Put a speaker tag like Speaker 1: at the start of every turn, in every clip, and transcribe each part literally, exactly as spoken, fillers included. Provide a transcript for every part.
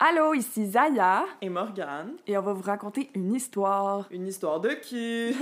Speaker 1: Allô, ici Zaya.
Speaker 2: Et Morgane.
Speaker 1: Et on va vous raconter une histoire.
Speaker 2: Une histoire de qui?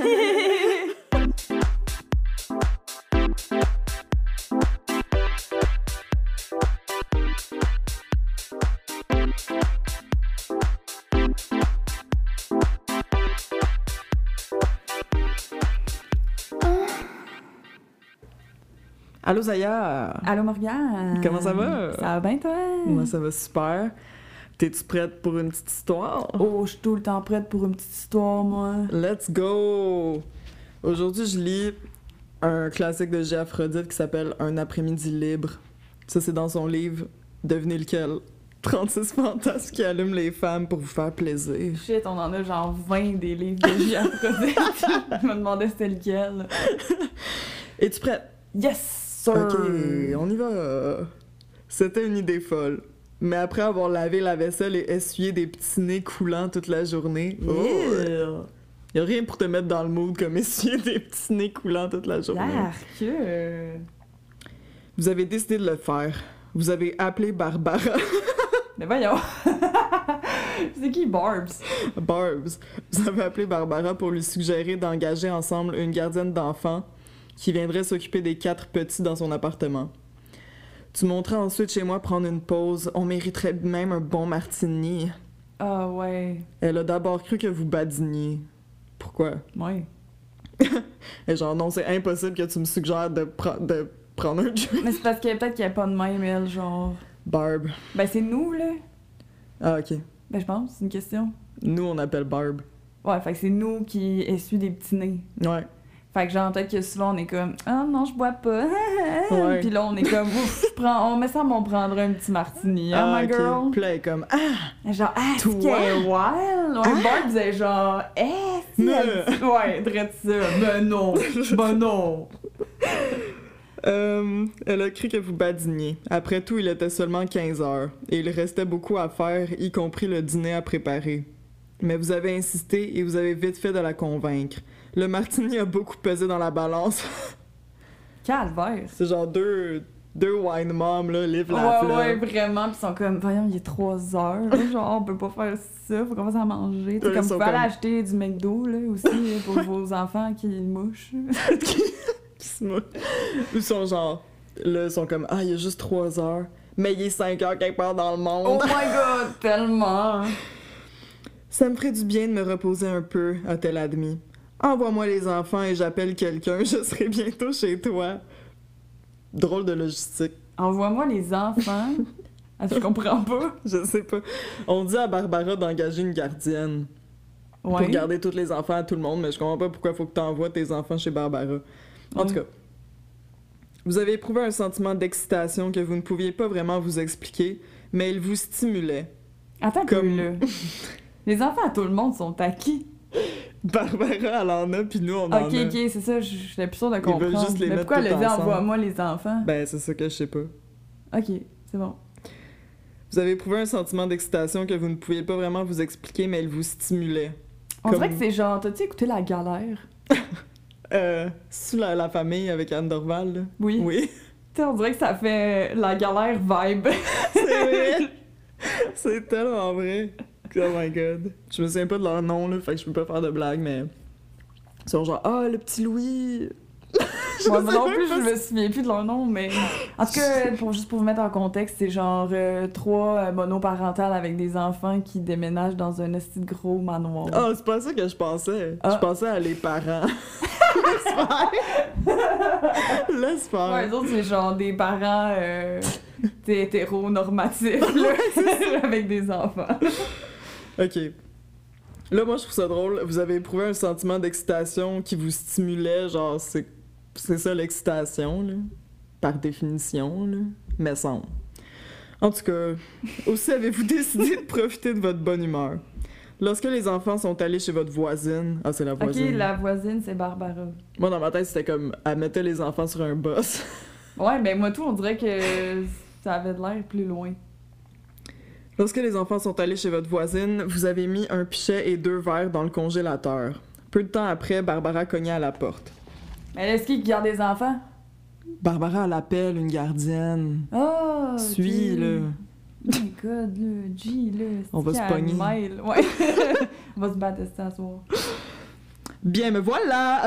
Speaker 2: Allô Zaya!
Speaker 1: Allô Morgane!
Speaker 2: Comment ça va?
Speaker 1: Ça va bien toi?
Speaker 2: Moi ça va super. T'es-tu prête pour une petite histoire?
Speaker 1: Oh, je suis tout le temps prête pour une petite histoire, moi.
Speaker 2: Let's go! Aujourd'hui, je lis un classique de J. Aphrodite qui s'appelle Un après-midi libre. Ça, c'est dans son livre, devinez lequel? trente-six fantasmes qui allument les femmes pour vous faire plaisir.
Speaker 1: Shit, on en a genre vingt des livres de J. Aphrodite. Je me demandais c'était lequel.
Speaker 2: Es-tu prête?
Speaker 1: Yes, sir!
Speaker 2: Ok, on y va. C'était une idée folle. Mais après avoir lavé la vaisselle et essuyé des petits nez coulants toute la journée...
Speaker 1: Yeah.
Speaker 2: Oh, y a rien pour te mettre dans le mood comme essuyer des petits nez coulants toute la journée.
Speaker 1: Yark!
Speaker 2: Vous avez décidé de le faire. Vous avez appelé Barbara.
Speaker 1: Mais voyons! C'est qui Barbs?
Speaker 2: Barbs. Vous avez appelé Barbara pour lui suggérer d'engager ensemble une gardienne d'enfants qui viendrait s'occuper des quatre petits dans son appartement. Tu monteras ensuite chez moi prendre une pause. On mériterait même un bon martini.
Speaker 1: Ah ouais.
Speaker 2: Elle a d'abord cru que vous badiniez. Pourquoi?
Speaker 1: Ouais.
Speaker 2: Et genre, non, c'est impossible que tu me suggères de, pre- de prendre un drink.
Speaker 1: Mais c'est parce que peut-être qu'il n'y a pas de même, elle, genre...
Speaker 2: Barb.
Speaker 1: Ben c'est nous, là.
Speaker 2: Ah, ok.
Speaker 1: Ben je pense, c'est une question.
Speaker 2: Nous, on appelle Barb.
Speaker 1: Ouais, fait que c'est nous qui essuie des petits nez.
Speaker 2: Ouais.
Speaker 1: Fait que genre, peut-être que souvent, on est comme « Ah non, je bois pas. »
Speaker 2: Ouais.
Speaker 1: Puis là, on est comme « Ouf, je prends... on met ça, on prendrait un petit martini, hein,
Speaker 2: Ah,
Speaker 1: my
Speaker 2: ok.
Speaker 1: girl?
Speaker 2: Puis là, elle est comme, ah! »
Speaker 1: Genre « Ah, c'est
Speaker 2: Toi?
Speaker 1: qu'elle est wild! » Ouais,
Speaker 2: Ah?
Speaker 1: Bart disait genre « Eh, si,
Speaker 2: Mais-
Speaker 1: elle... Ouais, drette ça. Ben non, ben non.
Speaker 2: Euh, elle a cru que vous badiniez. Après tout, il était seulement quinze heures, et il restait beaucoup à faire, y compris le dîner à préparer. Mais vous avez insisté et vous avez vite fait de la convaincre. Le martini a beaucoup pesé dans la balance.
Speaker 1: Calvaire.
Speaker 2: C'est genre deux, deux wine moms, là, live la
Speaker 1: Ouais,
Speaker 2: fleur.
Speaker 1: ouais, vraiment. Pis ils sont comme, voyons, il est trois heures. là, genre, on peut pas faire ça, faut commencer à manger. Tu sais,
Speaker 2: Ils
Speaker 1: comme,
Speaker 2: sont
Speaker 1: vous pouvez aller
Speaker 2: comme-
Speaker 1: acheter du McDo, là, aussi, pour vos enfants qui mouchent.
Speaker 2: Qui se moquent. Ils sont genre... Là, ils sont comme, ah, il y a juste trois heures. Mais il est cinq heures quelque part dans le monde.
Speaker 1: Oh my god, tellement!
Speaker 2: Ça me ferait du bien de me reposer un peu, a-t-elle admis. Envoie-moi les enfants et j'appelle quelqu'un, je serai bientôt chez toi. Drôle de logistique.
Speaker 1: Envoie-moi les enfants. Ah, je comprends pas.
Speaker 2: Je sais pas. On dit à Barbara d'engager une gardienne
Speaker 1: Ouais.
Speaker 2: pour garder tous les enfants à tout le monde, mais je comprends pas pourquoi il faut que t'envoies tes enfants chez Barbara. En
Speaker 1: Ouais.
Speaker 2: tout cas, vous avez éprouvé un sentiment d'excitation que vous ne pouviez pas vraiment vous expliquer, mais il vous stimulait.
Speaker 1: Attends,
Speaker 2: Comme-
Speaker 1: comme le. Les enfants à tout le monde sont à qui?
Speaker 2: Barbara, elle en a, puis nous, on en
Speaker 1: Ok,
Speaker 2: a.
Speaker 1: ok, c'est ça, je j'étais plus sûre de
Speaker 2: veulent
Speaker 1: comprendre.
Speaker 2: juste les
Speaker 1: Mais
Speaker 2: mettre
Speaker 1: pourquoi elle
Speaker 2: toutes
Speaker 1: a dit
Speaker 2: ensemble.
Speaker 1: envoie-moi les enfants?
Speaker 2: Ben, c'est ça que je sais pas.
Speaker 1: Ok, c'est bon.
Speaker 2: Vous avez éprouvé un sentiment d'excitation que vous ne pouviez pas vraiment vous expliquer, mais il vous stimulait.
Speaker 1: On
Speaker 2: Comme-
Speaker 1: dirait que c'est genre, t'as-tu écouté La Galère?
Speaker 2: Euh, sous la, la famille avec Anne Dorval, là?
Speaker 1: Oui.
Speaker 2: Oui.
Speaker 1: Tu sais, on dirait que ça fait La Galère vibe.
Speaker 2: C'est vrai! C'est tellement vrai! Oh my god. Je me souviens pas de leur nom, là, fait que je peux pas faire de blagues, mais... Ils sont genre, ah, le petit Louis!
Speaker 1: Moi
Speaker 2: sais
Speaker 1: non
Speaker 2: même
Speaker 1: plus,
Speaker 2: pas
Speaker 1: je me souviens plus de leur nom, mais... En tout cas, pour, juste pour vous mettre en contexte, c'est genre euh, trois euh, monoparentales avec des enfants qui déménagent dans un esti de gros manoir.
Speaker 2: Ah, c'est pas ça que je pensais.
Speaker 1: Ah.
Speaker 2: Je pensais à les parents. Laisse faire! Laisse faire!
Speaker 1: Ouais, les autres, c'est genre des parents euh, t'sais, hétéronormatifs, là, avec des enfants.
Speaker 2: Ok. Là, moi, je trouve ça drôle. Vous avez éprouvé un sentiment d'excitation qui vous stimulait, genre, c'est, c'est ça l'excitation, là. Par définition, là. Mais sans. En tout cas, aussi avez-vous décidé de profiter de votre bonne humeur. Lorsque les enfants sont allés chez votre voisine... Ah, c'est la
Speaker 1: Ok,
Speaker 2: voisine.
Speaker 1: la voisine, c'est Barbara.
Speaker 2: Moi, dans ma tête, c'était comme, elle mettait les enfants sur un boss.
Speaker 1: Ouais, ben moi tout, on dirait que ça avait de l'air plus loin.
Speaker 2: Lorsque les enfants sont allés chez votre voisine, vous avez mis un pichet et deux verres dans le congélateur. Peu de temps après, Barbara cognait à la porte.
Speaker 1: Mais est-ce qui garde des enfants?
Speaker 2: Barbara, elle appelle une gardienne.
Speaker 1: Ah! ok.
Speaker 2: Suis, là.
Speaker 1: Oh my god, là, G, là.
Speaker 2: On va se pogner.
Speaker 1: Mail. Ouais. On va se battre ça ce soir.
Speaker 2: Bien, me voilà!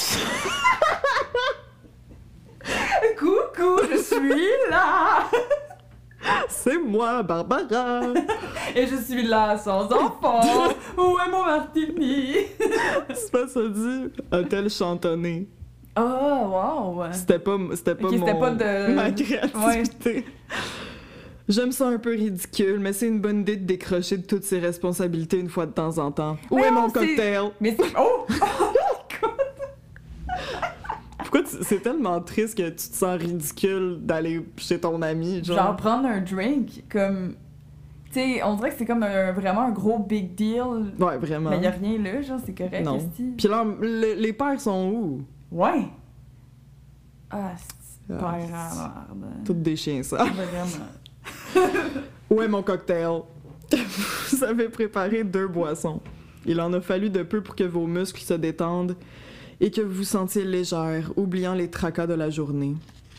Speaker 1: Coucou, je suis là!
Speaker 2: C'est moi, Barbara!
Speaker 1: Et je suis là sans enfant! Où est mon martini?
Speaker 2: C'est pas ça dit? A-t-elle chantonné?
Speaker 1: Oh, wow!
Speaker 2: C'était pas, c'était pas
Speaker 1: Ok,
Speaker 2: mon...
Speaker 1: c'était pas de...
Speaker 2: ma créativité. Ouais. Je me sens un peu ridicule, mais c'est une bonne idée de décrocher de toutes ses responsabilités une fois de temps en temps. Où
Speaker 1: mais
Speaker 2: est
Speaker 1: non,
Speaker 2: mon cocktail?
Speaker 1: Mais c'est... Oh!
Speaker 2: Pourquoi tu... c'est tellement triste que tu te sens ridicule d'aller chez ton ami, genre...
Speaker 1: Genre prendre un drink, comme... Tu sais, on dirait que c'est comme un, vraiment un gros big deal.
Speaker 2: Ouais, vraiment.
Speaker 1: Mais y a rien là, genre, c'est correct,
Speaker 2: non.
Speaker 1: esti.
Speaker 2: Puis là, le, les pères sont où?
Speaker 1: Ouais! Ah, c'est
Speaker 2: ah,
Speaker 1: père à merde.
Speaker 2: Toutes des chiens, ça.
Speaker 1: Vraiment.
Speaker 2: Où est mon cocktail? Vous avez préparé deux boissons. Il en a fallu de peu pour que vos muscles se détendent et que vous vous sentiez légère, oubliant les tracas de la journée.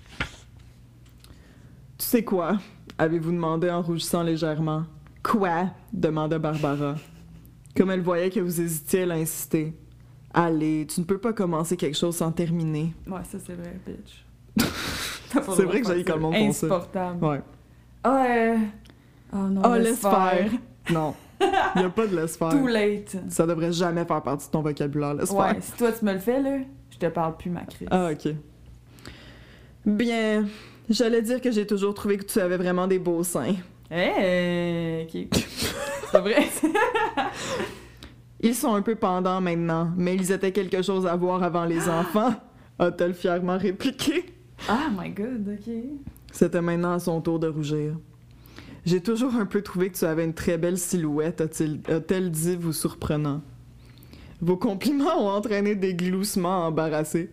Speaker 2: Tu sais quoi? Avez-vous demandé en rougissant légèrement. Quoi? Demanda Barbara. Comme elle voyait que vous hésitiez, elle a insisté. Allez, tu ne peux pas commencer quelque chose sans terminer.
Speaker 1: Ouais, ça c'est vrai, bitch.
Speaker 2: C'est vrai que j'ai quand le monde font ça.
Speaker 1: Insupportable.
Speaker 2: Ouais.
Speaker 1: Ah, euh... Oh non,
Speaker 2: oh,
Speaker 1: laisse,
Speaker 2: laisse faire. faire. Non. Il n'y a pas de laisse faire.
Speaker 1: Too late.
Speaker 2: Ça devrait jamais faire partie de ton vocabulaire, laisse
Speaker 1: ouais,
Speaker 2: faire.
Speaker 1: Si toi tu me le fais, là, je te parle plus, ma crise.
Speaker 2: Ah, ok. Bien, j'allais dire que j'ai toujours trouvé que tu avais vraiment des beaux seins.
Speaker 1: Eh, hey, ok. C'est vrai.
Speaker 2: Ils sont un peu pendants maintenant, mais ils étaient quelque chose à voir avant les enfants, a-t-elle fièrement répliqué.
Speaker 1: Ah, my god, ok.
Speaker 2: C'était maintenant à son tour de rougir. J'ai toujours un peu trouvé que tu avais une très belle silhouette, a-t-il, a-t-elle dit, vous surprenant. Vos compliments ont entraîné des gloussements embarrassés.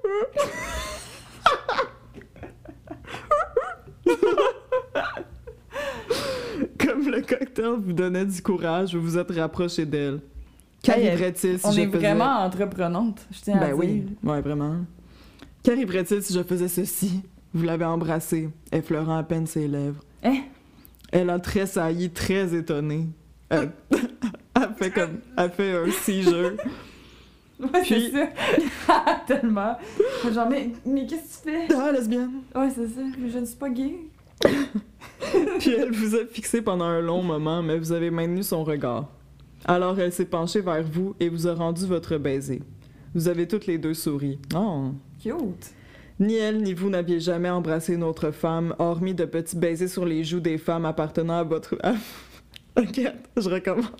Speaker 2: Comme le cocktail vous donnait du courage, vous vous êtes rapproché d'elle. Qu'arriverait-il si
Speaker 1: on
Speaker 2: je
Speaker 1: est
Speaker 2: faisais...
Speaker 1: vraiment entreprenante, je tiens
Speaker 2: ben
Speaker 1: à dire.
Speaker 2: oui, ouais, vraiment. Qu'arriverait-il si je faisais ceci? Vous l'avez embrassée, effleurant à peine ses lèvres.
Speaker 1: Hein?
Speaker 2: Elle a tressailli, très étonnée. Elle, elle fait comme... Elle fait un seizure.
Speaker 1: Ouais,
Speaker 2: Puis...
Speaker 1: c'est ça. Tellement. Genre, mais, mais qu'est-ce que tu fais?
Speaker 2: Ah, lesbienne!
Speaker 1: Ouais, c'est ça. Mais je ne suis pas gay.
Speaker 2: Puis elle vous a fixé pendant un long moment, mais vous avez maintenu son regard. Alors elle s'est penchée vers vous et vous a rendu votre baiser. Vous avez toutes les deux souri. Oh!
Speaker 1: Cute!
Speaker 2: Ni elle ni vous n'aviez jamais embrassé une autre femme, hormis de petits baisers sur les joues des femmes appartenant à votre... Ok, je recommence.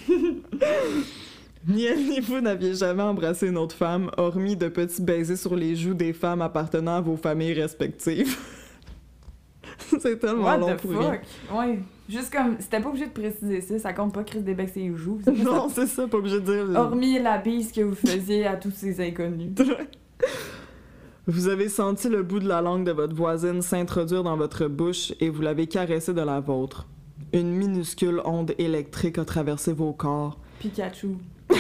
Speaker 2: Ni elle ni vous n'aviez jamais embrassé une autre femme, hormis de petits baisers sur les joues des femmes appartenant à vos familles respectives. C'est tellement
Speaker 1: What
Speaker 2: long
Speaker 1: the
Speaker 2: pour
Speaker 1: fuck?
Speaker 2: rien.
Speaker 1: Ouais. Juste comme, c'était pas obligé de préciser ça, ça compte pas Chris des becs et joues.
Speaker 2: Non, c'est ça, pas obligé de dire.
Speaker 1: Hormis la bise que vous faisiez à tous ces inconnus.
Speaker 2: Vous avez senti le bout de la langue de votre voisine s'introduire dans votre bouche et vous l'avez caressé de la vôtre. Une minuscule onde électrique a traversé vos corps.
Speaker 1: Pikachu.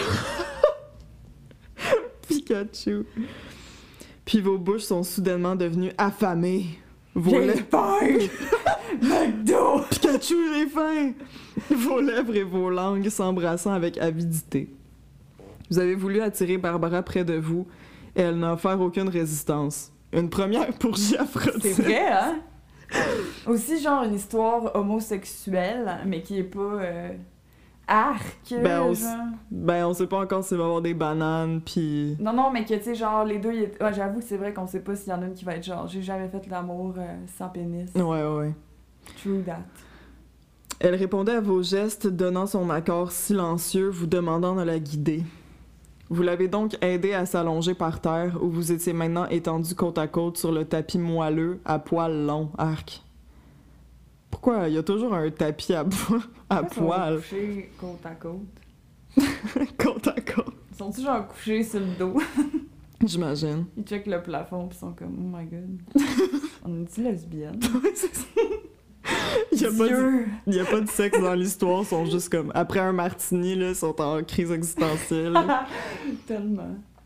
Speaker 2: Pikachu. Puis vos bouches sont soudainement devenues affamées. Vos
Speaker 1: J'ai
Speaker 2: lèvres...
Speaker 1: faim! McDo!
Speaker 2: Pikachu, j'ai faim! Vos lèvres et vos langues s'embrassant avec avidité. Vous avez voulu attirer Barbara près de vous et elle n'a offert aucune résistance. Une première pour Giaphrodite.
Speaker 1: C'est vrai, hein? Aussi, genre, une histoire homosexuelle, mais qui est pas... Euh... arc,
Speaker 2: Ben on,
Speaker 1: genre.
Speaker 2: ben, on sait pas encore s'il va y avoir des bananes, pis...
Speaker 1: Non, non, mais que, tu sais, genre, les deux, ils étaient... Ouais, j'avoue que c'est vrai qu'on sait pas s'il y en a une qui va être genre, j'ai jamais fait l'amour euh, sans pénis.
Speaker 2: Ouais, ouais, ouais.
Speaker 1: True that.
Speaker 2: Elle répondait à vos gestes, donnant son accord silencieux, vous demandant de la guider. Vous l'avez donc aidée à s'allonger par terre, où vous étiez maintenant étendu côte à côte sur le tapis moelleux, à poils longs, arc. Pourquoi? Il y a toujours un tapis à, à poil.
Speaker 1: Ils sont couchés côte à côte.
Speaker 2: Côte à côte.
Speaker 1: Ils sont-tu genre couchés sur le dos?
Speaker 2: J'imagine.
Speaker 1: Ils checkent le plafond pis sont comme, oh my god. On est-tu lesbienne?
Speaker 2: Il y a, pas
Speaker 1: Dieu!
Speaker 2: de, il y a pas de sexe dans l'histoire, ils sont juste comme... Après un martini, là, ils sont en crise existentielle.
Speaker 1: Tellement.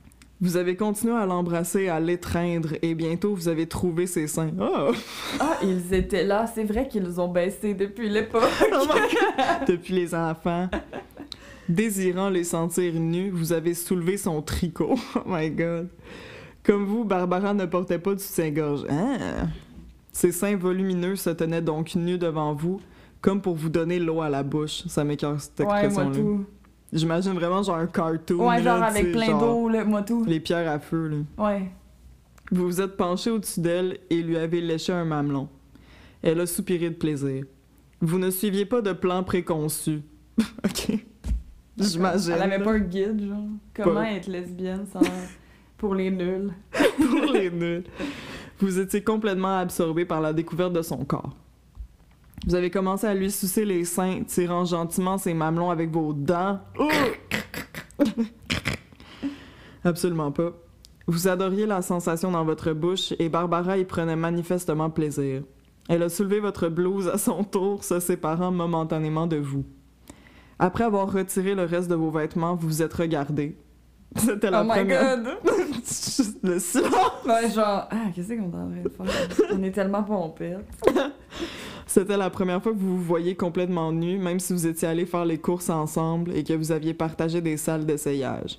Speaker 2: Vous avez continué à l'embrasser, à l'étreindre, et bientôt vous avez trouvé ses seins. Oh!
Speaker 1: Ah, ils étaient là. C'est vrai qu'ils ont baissé depuis l'époque.
Speaker 2: Oh my God! Depuis les enfants. Désirant les sentir nus, vous avez soulevé son tricot. Oh my God! Comme vous, Barbara ne portait pas du soutien-gorge. Ah! Ses seins volumineux se tenaient donc nus devant vous, comme pour vous donner l'eau à la bouche. Ça m'écoeure cette expression-là.
Speaker 1: Ouais, moi tout.
Speaker 2: J'imagine vraiment genre un cartoon.
Speaker 1: Ouais, genre
Speaker 2: là,
Speaker 1: avec plein
Speaker 2: genre
Speaker 1: d'eau, là, moi tout.
Speaker 2: les pierres à feu, là.
Speaker 1: Ouais.
Speaker 2: Vous vous êtes penché au-dessus d'elle et lui avez léché un mamelon. Elle a soupiré de plaisir. Vous ne suiviez pas de plan préconçu. OK. J'imagine.
Speaker 1: Elle avait
Speaker 2: là.
Speaker 1: pas un guide, genre. Comment
Speaker 2: Pas.
Speaker 1: être lesbienne sans... pour les nuls.
Speaker 2: Pour les nuls. Vous étiez complètement absorbé par la découverte de son corps. Vous avez commencé à lui sucer les seins, tirant gentiment ses mamelons avec vos dents. Absolument pas. Vous adoriez la sensation dans votre bouche et Barbara y prenait manifestement plaisir. Elle a soulevé votre blouse à son tour, se séparant momentanément de vous. Après avoir retiré le reste de vos vêtements, vous vous êtes regardés. C'était la
Speaker 1: Oh
Speaker 2: première...
Speaker 1: my God!
Speaker 2: Juste le silence!
Speaker 1: Ouais, genre, ah, qu'est-ce qu'on est en train de faire? On est tellement pompettes.
Speaker 2: C'était la première fois que vous vous voyiez complètement nus, même si vous étiez allés faire les courses ensemble et que vous aviez partagé des salles d'essayage.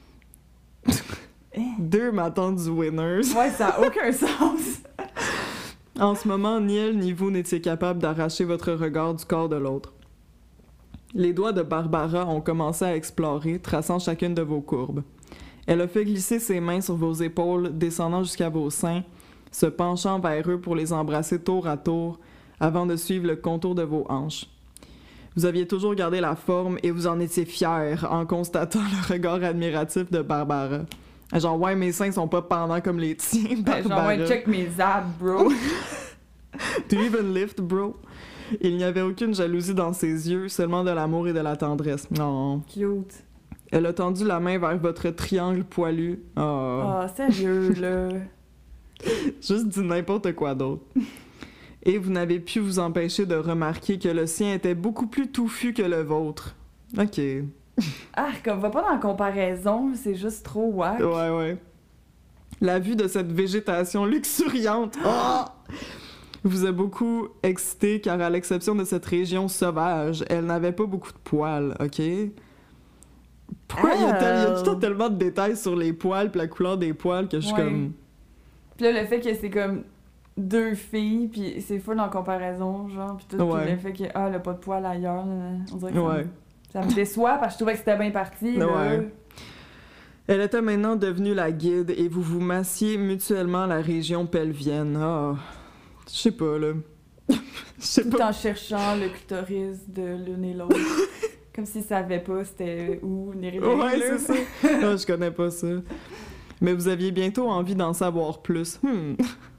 Speaker 2: Deux matins du Winners.
Speaker 1: Ouais, ça a aucun sens.
Speaker 2: En ce moment, ni elle ni vous n'étiez capable d'arracher votre regard du corps de l'autre. Les doigts de Barbara ont commencé à explorer, traçant chacune de vos courbes. Elle a fait glisser ses mains sur vos épaules, descendant jusqu'à vos seins, se penchant vers eux pour les embrasser tour à tour, avant de suivre le contour de vos hanches. Vous aviez toujours gardé la forme et vous en étiez fiers en constatant le regard admiratif de Barbara. Genre, ouais, mes seins sont pas pendants comme les tiens, Barbara.
Speaker 1: Genre, ouais, check mes abs, bro.
Speaker 2: Do you even lift, bro? Il n'y avait aucune jalousie dans ses yeux, seulement de l'amour et de la tendresse. Non.
Speaker 1: Cute.
Speaker 2: Elle a tendu la main vers votre triangle poilu. Oh.
Speaker 1: Ah, sérieux, là.
Speaker 2: Juste dit n'importe quoi d'autre. Et vous n'avez pu vous empêcher de remarquer que le sien était beaucoup plus touffu que le vôtre. OK.
Speaker 1: Ah, comme va pas dans la comparaison, c'est juste trop wack.
Speaker 2: Ouais, ouais. La vue de cette végétation luxuriante oh! vous a beaucoup excité car à l'exception de cette région sauvage, elle n'avait pas beaucoup de poils, OK? Pourquoi il y a, tel- il y a tout le temps tellement de détails sur les poils pis la couleur des poils que je suis
Speaker 1: Ouais.
Speaker 2: comme...
Speaker 1: Puis là, le fait que c'est comme deux filles, puis c'est full en comparaison, genre, puis tout,
Speaker 2: Ouais.
Speaker 1: puis le fait que, ah, elle a pas de poils ailleurs, là, on dirait que ça,
Speaker 2: Ouais.
Speaker 1: me, ça me déçoit, parce que je trouvais que c'était bien parti, là.
Speaker 2: Ouais. Elle était maintenant devenue la guide et vous vous massiez mutuellement la région pelvienne. Ah, je sais pas, là. Je sais
Speaker 1: Tout
Speaker 2: pas.
Speaker 1: en cherchant le clitoris de l'une et l'autre. Comme s'ils savaient pas c'était où, ni rien.
Speaker 2: Ouais,
Speaker 1: là.
Speaker 2: c'est ça. Non, je connais pas ça. Mais vous aviez bientôt envie d'en savoir plus. Hmm.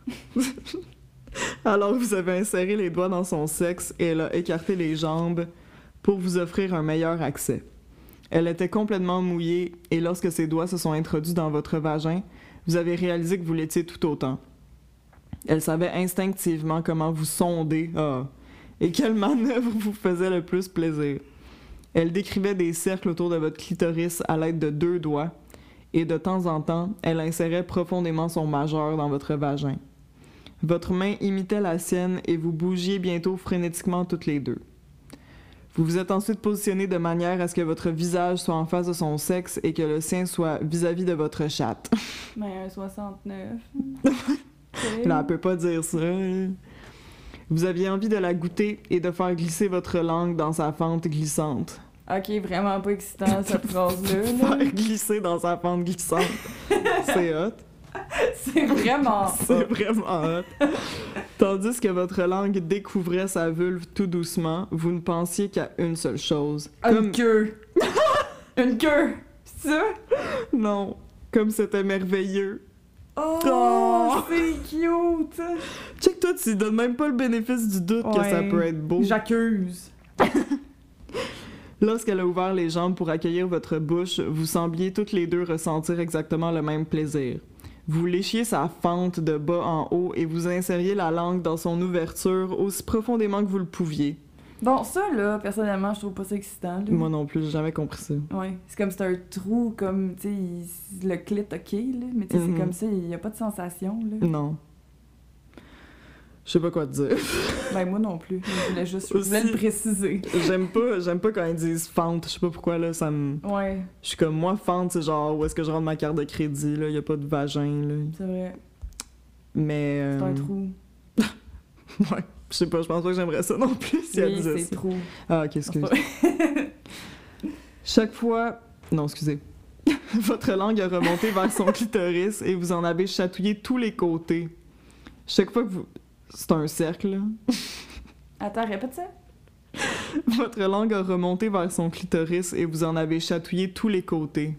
Speaker 2: Alors vous avez inséré les doigts dans son sexe et elle a écarté les jambes pour vous offrir un meilleur accès. Elle était complètement mouillée et lorsque ses doigts se sont introduits dans votre vagin, vous avez réalisé que vous l'étiez tout autant. Elle savait instinctivement comment vous sonder ah, et quelle manœuvre vous faisait le plus plaisir. Elle décrivait des cercles autour de votre clitoris à l'aide de deux doigts et de temps en temps, elle insérait profondément son majeur dans votre vagin. Votre main imitait la sienne et vous bougiez bientôt frénétiquement toutes les deux. Vous vous êtes ensuite positionné de manière à ce que votre visage soit en face de son sexe et que le sien soit vis-à-vis de votre chatte.
Speaker 1: Ben, un soixante-neuf.
Speaker 2: Là, elle peut pas dire ça. Vous aviez envie de la goûter et de faire glisser votre langue dans sa fente glissante.
Speaker 1: Ok, vraiment pas excitant, cette phrase-là. là.
Speaker 2: Faire glisser dans sa fente glissante. C'est hot.
Speaker 1: C'est vraiment
Speaker 2: C'est
Speaker 1: hot.
Speaker 2: vraiment hot. Tandis que votre langue découvrait sa vulve tout doucement, vous ne pensiez qu'à une seule chose.
Speaker 1: Une queue. Une queue. C'est ça?
Speaker 2: Non. Comme c'était merveilleux.
Speaker 1: Oh,
Speaker 2: Oh.
Speaker 1: c'est cute.
Speaker 2: Check toi, tu lui donnes même pas le bénéfice du doute que
Speaker 1: Ouais.
Speaker 2: ça peut être beau.
Speaker 1: J'accuse.
Speaker 2: Lorsqu'elle a ouvert les jambes pour accueillir votre bouche, vous sembliez toutes les deux ressentir exactement le même plaisir. Vous léchiez sa fente de bas en haut et vous insériez la langue dans son ouverture aussi profondément que vous le pouviez.
Speaker 1: Bon, ça, là, personnellement, je trouve pas ça excitant. Là.
Speaker 2: Moi non plus, j'ai jamais compris ça.
Speaker 1: Ouais. C'est comme c'est un trou, comme, tu sais, il- le clit, ok, là. Mais tu sais,
Speaker 2: Mhm.
Speaker 1: c'est comme ça, il y a pas de sensation, là.
Speaker 2: Non. Je sais pas quoi te dire.
Speaker 1: Ben, moi non plus. Je voulais juste je
Speaker 2: Aussi-
Speaker 1: voulais le préciser.
Speaker 2: J'aime pas, j'aime pas quand ils disent fente. Je sais pas pourquoi, là, ça me...
Speaker 1: Ouais,
Speaker 2: Je suis comme, moi, fente, c'est genre, où est-ce que je rentre ma carte de crédit, là, y a pas de vagin, là.
Speaker 1: c'est vrai.
Speaker 2: Mais...
Speaker 1: C'est
Speaker 2: euh,
Speaker 1: un trou.
Speaker 2: Ouais, je sais pas, je pense pas que j'aimerais ça non plus si elle
Speaker 1: Oui,
Speaker 2: disait
Speaker 1: c'est
Speaker 2: ça.
Speaker 1: trou.
Speaker 2: Ah, ok, excuse. Chaque fois... Non, excusez. Votre langue a remonté vers son clitoris et vous en avez chatouillé tous les côtés. Chaque fois que vous... C'est un cercle, là.
Speaker 1: Attends, répète ça.
Speaker 2: Votre langue a remonté vers son clitoris et vous en avez chatouillé tous les côtés.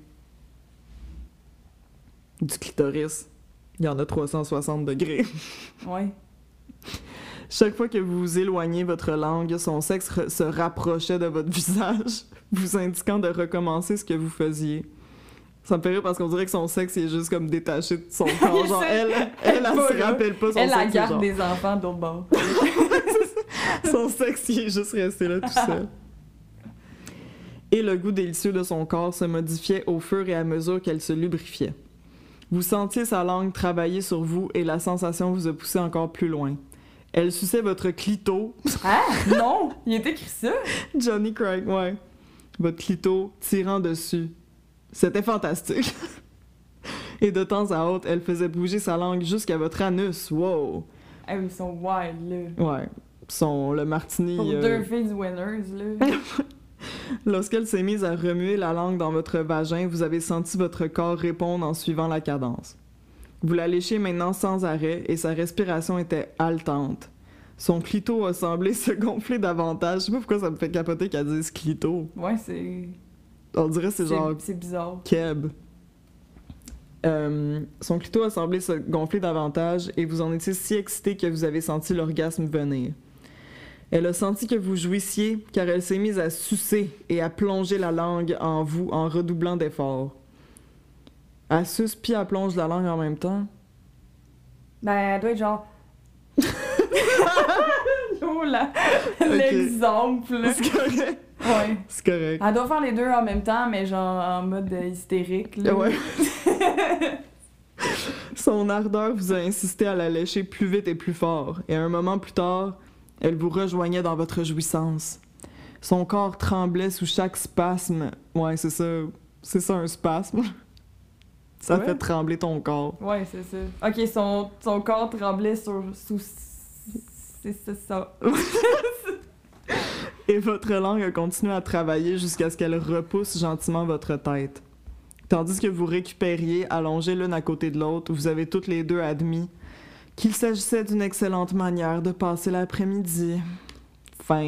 Speaker 2: Du clitoris. Il y en a trois cent soixante degrés.
Speaker 1: Ouais.
Speaker 2: Chaque fois que vous vous éloignez votre langue, son sexe re- se rapprochait de votre visage, vous indiquant de recommencer ce que vous faisiez. Ça me fait rire parce qu'on dirait que son sexe il est juste comme détaché de son corps. Genre, elle, elle, elle, elle
Speaker 1: pas
Speaker 2: se
Speaker 1: là.
Speaker 2: rappelle pas son
Speaker 1: Elle,
Speaker 2: sexe.
Speaker 1: la
Speaker 2: c'est
Speaker 1: garde
Speaker 2: genre-
Speaker 1: des enfants d'autre bord.
Speaker 2: Son sexe, il est juste resté là tout seul. Et le goût délicieux de son corps se modifiait au fur et à mesure qu'elle se lubrifiait. Vous sentiez sa langue travailler sur vous et la sensation vous a poussé encore plus loin. Elle suçait votre clito.
Speaker 1: Ah, non! Il est écrit ça!
Speaker 2: Johnny Craig, ouais. Votre clito tirant dessus. C'était fantastique. Et de temps à autre, elle faisait bouger sa langue jusqu'à votre anus. Wow!
Speaker 1: Ah oui, ils sont wild, là.
Speaker 2: Ouais. Son, le martini...
Speaker 1: Pour
Speaker 2: euh,
Speaker 1: deux filles winners, là.
Speaker 2: Lorsqu'elle s'est mise à remuer la langue dans votre vagin, vous avez senti votre corps répondre en suivant la cadence. Vous la léchez maintenant sans arrêt et sa respiration était haletante. Son clito a semblé se gonfler davantage. Je sais pas pourquoi ça me fait capoter qu'elle dise clito.
Speaker 1: Ouais, c'est...
Speaker 2: On dirait que c'est genre
Speaker 1: C'est bizarre.
Speaker 2: Keb. Euh, son clito a semblé se gonfler davantage et vous en étiez si excité que vous avez senti l'orgasme venir. Elle a senti que vous jouissiez car elle s'est mise à sucer et à plonger la langue en vous en redoublant d'efforts. Elle suce puis elle plonge la langue en même temps.
Speaker 1: Ben, elle doit être genre... oh là! L'exemple, là.
Speaker 2: C'est correct.
Speaker 1: Ouais.
Speaker 2: C'est correct.
Speaker 1: Elle doit faire les deux en même temps, mais genre en mode euh, hystérique, là.
Speaker 2: Ouais. Son ardeur vous a insisté à la lécher plus vite et plus fort, et un moment plus tard, elle vous rejoignait dans votre jouissance. Son corps tremblait sous chaque spasme. Ouais, c'est ça. C'est ça un spasme. Ça
Speaker 1: Ouais.
Speaker 2: fait trembler ton corps.
Speaker 1: Ouais, c'est ça. Ok, son, son corps tremblait sur, sous... C'est c'est ça.
Speaker 2: Et votre langue a continué à travailler jusqu'à ce qu'elle repousse gentiment votre tête. Tandis que vous récupériez, allongés l'une à côté de l'autre, vous avez toutes les deux admis qu'il s'agissait d'une excellente manière de passer l'après-midi. Fin.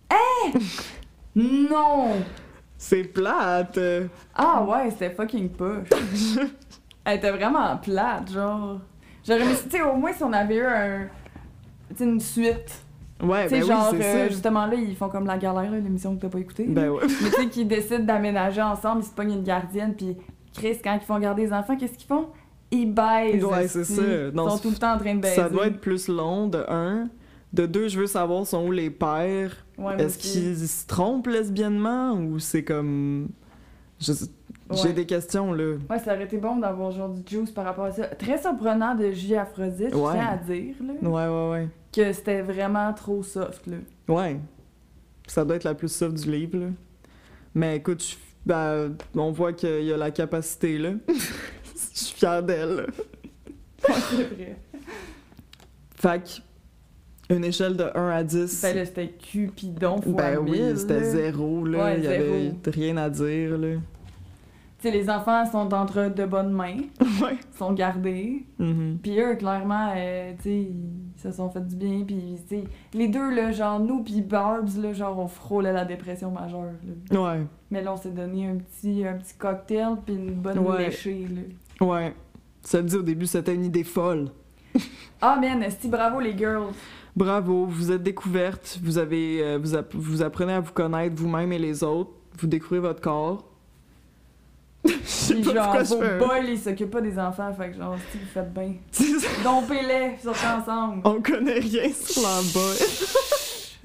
Speaker 1: Non!
Speaker 2: C'est plate!
Speaker 1: Ah ouais, c'était fucking push. Elle était vraiment plate, genre. J'aurais aimé, tu sais, au moins si on avait eu un... Tu sais, une suite.
Speaker 2: Ouais,
Speaker 1: Tu sais,
Speaker 2: ben oui,
Speaker 1: genre,
Speaker 2: c'est
Speaker 1: euh,
Speaker 2: ça.
Speaker 1: justement là, ils font comme La Galère, là, l'émission que t'as pas écoutée. là.
Speaker 2: Ben ouais.
Speaker 1: Mais tu sais, qu'ils décident d'aménager ensemble, ils se pognent une gardienne, puis Chris, quand ils font garder les enfants, qu'est-ce qu'ils font? Ils baisent.
Speaker 2: Ouais, c'est
Speaker 1: esti.
Speaker 2: ça.
Speaker 1: Ils
Speaker 2: Non,
Speaker 1: sont
Speaker 2: c'est-
Speaker 1: tout le temps en train de baiser.
Speaker 2: Ça doit être plus long, de un. De deux, je veux savoir sont où les pères.
Speaker 1: Ouais, moi
Speaker 2: Est-ce
Speaker 1: aussi.
Speaker 2: qu'ils se trompent lesbiennement ou c'est comme... Je sais- J'ai
Speaker 1: Ouais.
Speaker 2: des questions, là.
Speaker 1: Ouais, ça aurait été bon d'avoir genre du juice par rapport à ça. Très surprenant de J. Aphrodite, je
Speaker 2: Ouais.
Speaker 1: tiens à dire, là,
Speaker 2: Ouais, ouais, ouais.
Speaker 1: que c'était vraiment trop soft, là.
Speaker 2: Ouais. Ça doit être la plus soft du livre, là. Mais écoute, je- ben, on voit qu'il y a la capacité, là. Je suis fière d'elle, là.
Speaker 1: Ouais, c'est vrai.
Speaker 2: Fait que, une échelle de un à dix...
Speaker 1: Ben là, c'était Cupidon fois
Speaker 2: Ben oui,
Speaker 1: mille,
Speaker 2: c'était
Speaker 1: là.
Speaker 2: zéro, là.
Speaker 1: Ouais,
Speaker 2: Il y avait
Speaker 1: zéro.
Speaker 2: rien à dire, là.
Speaker 1: Tu sais, les enfants sont entre de bonnes mains,
Speaker 2: Ouais.
Speaker 1: sont gardés.
Speaker 2: Mhm.
Speaker 1: Puis eux, clairement, euh, tu sais, ils se sont fait du bien. Puis, tu sais, les deux, là, genre, nous puis Barbs, là, genre, on frôlait la dépression majeure, là.
Speaker 2: Ouais.
Speaker 1: Mais là, on s'est donné un petit, un petit cocktail puis une bonne
Speaker 2: Ouais.
Speaker 1: léchée, là.
Speaker 2: Ouais. Ça le dit au début, c'était une idée folle.
Speaker 1: Ah, man, esti, bravo, les girls!
Speaker 2: Bravo, vous êtes découverte, vous avez, euh, vous, app- vous apprenez à vous connaître vous-même et les autres, vous découvrez votre corps. Je sais
Speaker 1: Puis
Speaker 2: pas
Speaker 1: genre,
Speaker 2: pourquoi je
Speaker 1: vos
Speaker 2: fais un-
Speaker 1: bols, ils s'occupent pas des enfants, fait que genre, si vous faites bien.
Speaker 2: C'est ça.
Speaker 1: Dompez-les, sortez ensemble.
Speaker 2: On connaît rien sur la boy.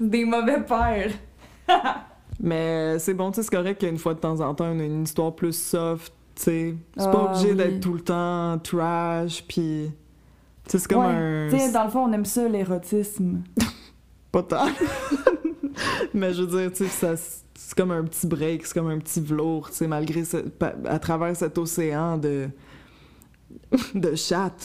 Speaker 1: Des mauvais pères.
Speaker 2: Mais c'est bon, tu sais, c'est correct qu'une fois de temps en temps, on a une histoire plus soft, tu sais. C'est pas
Speaker 1: Ah,
Speaker 2: obligé
Speaker 1: oui.
Speaker 2: d'être tout le temps trash, pis... Tu sais, c'est comme
Speaker 1: Ouais.
Speaker 2: un...
Speaker 1: Tu sais, dans le fond, on aime ça, l'érotisme.
Speaker 2: Pas tant. Mais je veux dire, tu sais, ça, c'est comme un petit break, c'est comme un petit velours, tu sais, malgré... Ce, à travers cet océan de... de chatte.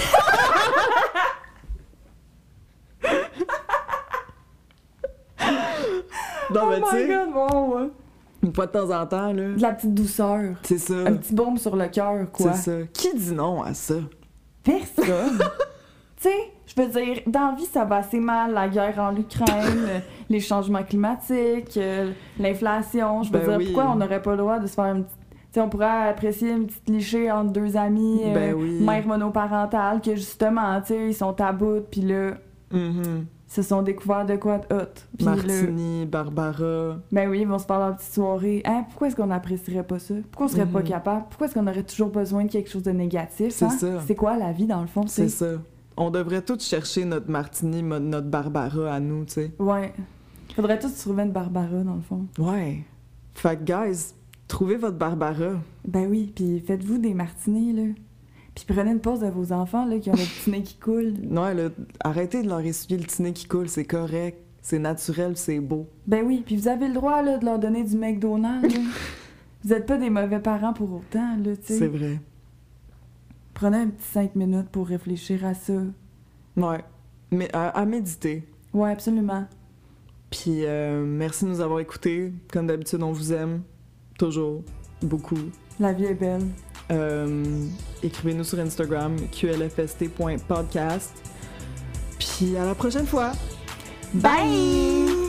Speaker 2: Non, mais
Speaker 1: Oh
Speaker 2: tu
Speaker 1: my
Speaker 2: sais,
Speaker 1: god, wow, ouais.
Speaker 2: une fois de temps en temps, là...
Speaker 1: De la petite douceur.
Speaker 2: C'est ça.
Speaker 1: Un petit baume sur le cœur, quoi.
Speaker 2: C'est ça. Qui dit non à ça?
Speaker 1: Personne. Tu sais, je veux dire, dans la vie, ça va assez mal. La guerre en Ukraine, euh, les changements climatiques, euh, l'inflation. Je veux
Speaker 2: Ben
Speaker 1: dire,
Speaker 2: oui.
Speaker 1: pourquoi on n'aurait pas le droit de se faire une petite... Tu sais, on pourrait apprécier une petite lichée entre deux amis, euh,
Speaker 2: Ben oui.
Speaker 1: mère monoparentale, que justement, tu sais, ils sont à bout, puis là,
Speaker 2: Mhm.
Speaker 1: se sont découverts de quoi de hot. Puis là,
Speaker 2: Martini, Barbara...
Speaker 1: ben oui, ils vont se faire leur petite soirée. Hein, pourquoi est-ce qu'on n'apprécierait pas ça? Pourquoi on serait pas
Speaker 2: Mhm.
Speaker 1: capable? Pourquoi est-ce qu'on aurait toujours besoin de quelque chose de négatif?
Speaker 2: C'est
Speaker 1: hein?
Speaker 2: ça.
Speaker 1: C'est quoi la vie, dans le fond?
Speaker 2: C'est ça. On devrait tous chercher notre Martini, mo- notre Barbara à nous, tu sais.
Speaker 1: Ouais. Faudrait tous trouver une Barbara, dans le fond.
Speaker 2: Ouais. Fait que, guys, trouvez votre Barbara.
Speaker 1: Ben oui, puis faites-vous des martinets, là. Puis prenez une pause de vos enfants, là, qui ont le petit nez qui coule.
Speaker 2: Ouais, là, arrêtez de leur essuyer le petit nez qui coule, c'est correct. C'est naturel, c'est beau.
Speaker 1: Ben oui, puis vous avez le droit, là, de leur donner du McDonald's, là. Vous êtes pas des mauvais parents pour autant, là, tu
Speaker 2: C'est
Speaker 1: sais.
Speaker 2: vrai.
Speaker 1: Prenez un petit cinq minutes pour réfléchir à ça.
Speaker 2: Ouais. Mais à, à méditer.
Speaker 1: Ouais, absolument.
Speaker 2: Puis euh, merci de nous avoir écoutés. Comme d'habitude, on vous aime. Toujours. Beaucoup.
Speaker 1: La vie est belle.
Speaker 2: Euh, écrivez-nous sur Instagram, q l f s t point podcast. Puis à la prochaine fois.
Speaker 1: Bye!